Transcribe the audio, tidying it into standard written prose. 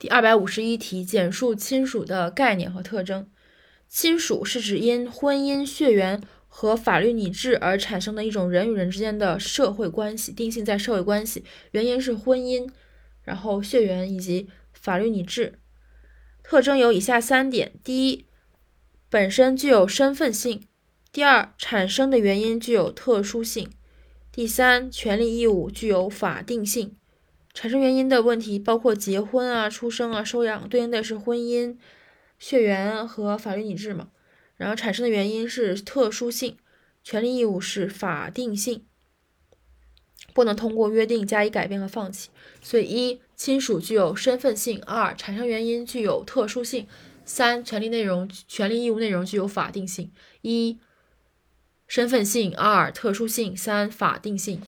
第251题，简述亲属的概念和特征。亲属是指因婚姻、血缘和法律拟制而产生的一种人与人之间的社会关系，定性在社会关系，原因是婚姻，然后血缘以及法律拟制。特征有以下3点：第一，本身具有身份性；第二，产生的原因具有特殊性；第三，权利义务具有法定性。产生原因的问题包括结婚啊、出生啊、收养，对应的是婚姻、血缘和法律拟制嘛。然后产生的原因是特殊性，权利义务是法定性，不能通过约定加以改变和放弃。所以一，亲属具有身份性；二，产生原因具有特殊性；三，权利义务内容具有法定性。一，身份性；二，特殊性；三，法定性。